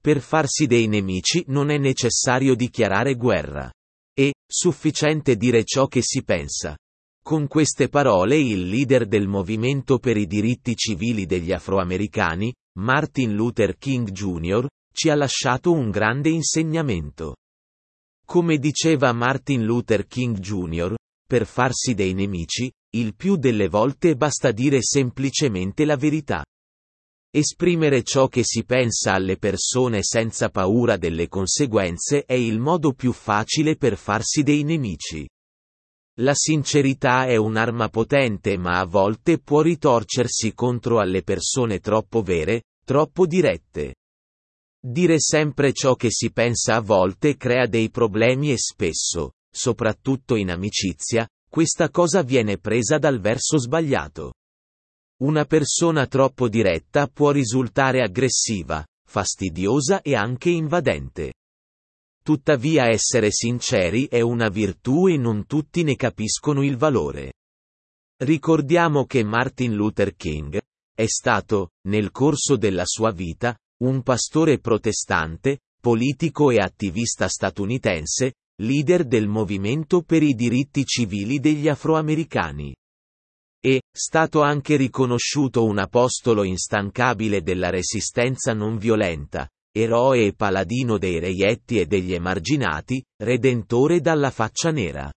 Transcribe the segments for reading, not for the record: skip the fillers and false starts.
Per farsi dei nemici non è necessario dichiarare guerra. È sufficiente dire ciò che si pensa. Con queste parole il leader del movimento per i diritti civili degli afroamericani, Martin Luther King Jr., ci ha lasciato un grande insegnamento. Come diceva Martin Luther King Jr., per farsi dei nemici, il più delle volte basta dire semplicemente la verità. Esprimere ciò che si pensa alle persone senza paura delle conseguenze è il modo più facile per farsi dei nemici. La sincerità è un'arma potente, ma a volte può ritorcersi contro alle persone troppo vere, troppo dirette. Dire sempre ciò che si pensa a volte crea dei problemi e spesso, soprattutto in amicizia, questa cosa viene presa dal verso sbagliato. Una persona troppo diretta può risultare aggressiva, fastidiosa e anche invadente. Tuttavia essere sinceri è una virtù e non tutti ne capiscono il valore. Ricordiamo che Martin Luther King è stato, nel corso della sua vita, un pastore protestante, politico e attivista statunitense, leader del movimento per i diritti civili degli afroamericani. È stato anche riconosciuto un apostolo instancabile della resistenza non violenta, eroe e paladino dei reietti e degli emarginati, redentore dalla faccia nera.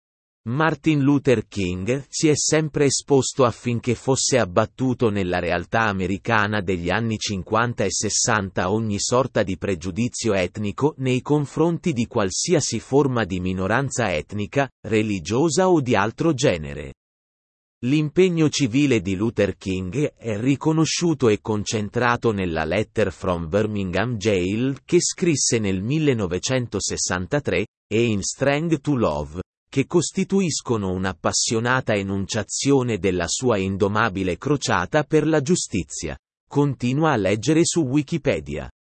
Martin Luther King si è sempre esposto affinché fosse abbattuto nella realtà americana degli anni 50 e 60 ogni sorta di pregiudizio etnico nei confronti di qualsiasi forma di minoranza etnica, religiosa o di altro genere. L'impegno civile di Luther King è riconosciuto e concentrato nella Letter from Birmingham Jail che scrisse nel 1963, e in Strength to Love, che costituiscono un'appassionata enunciazione della sua indomabile crociata per la giustizia. Continua a leggere su Wikipedia.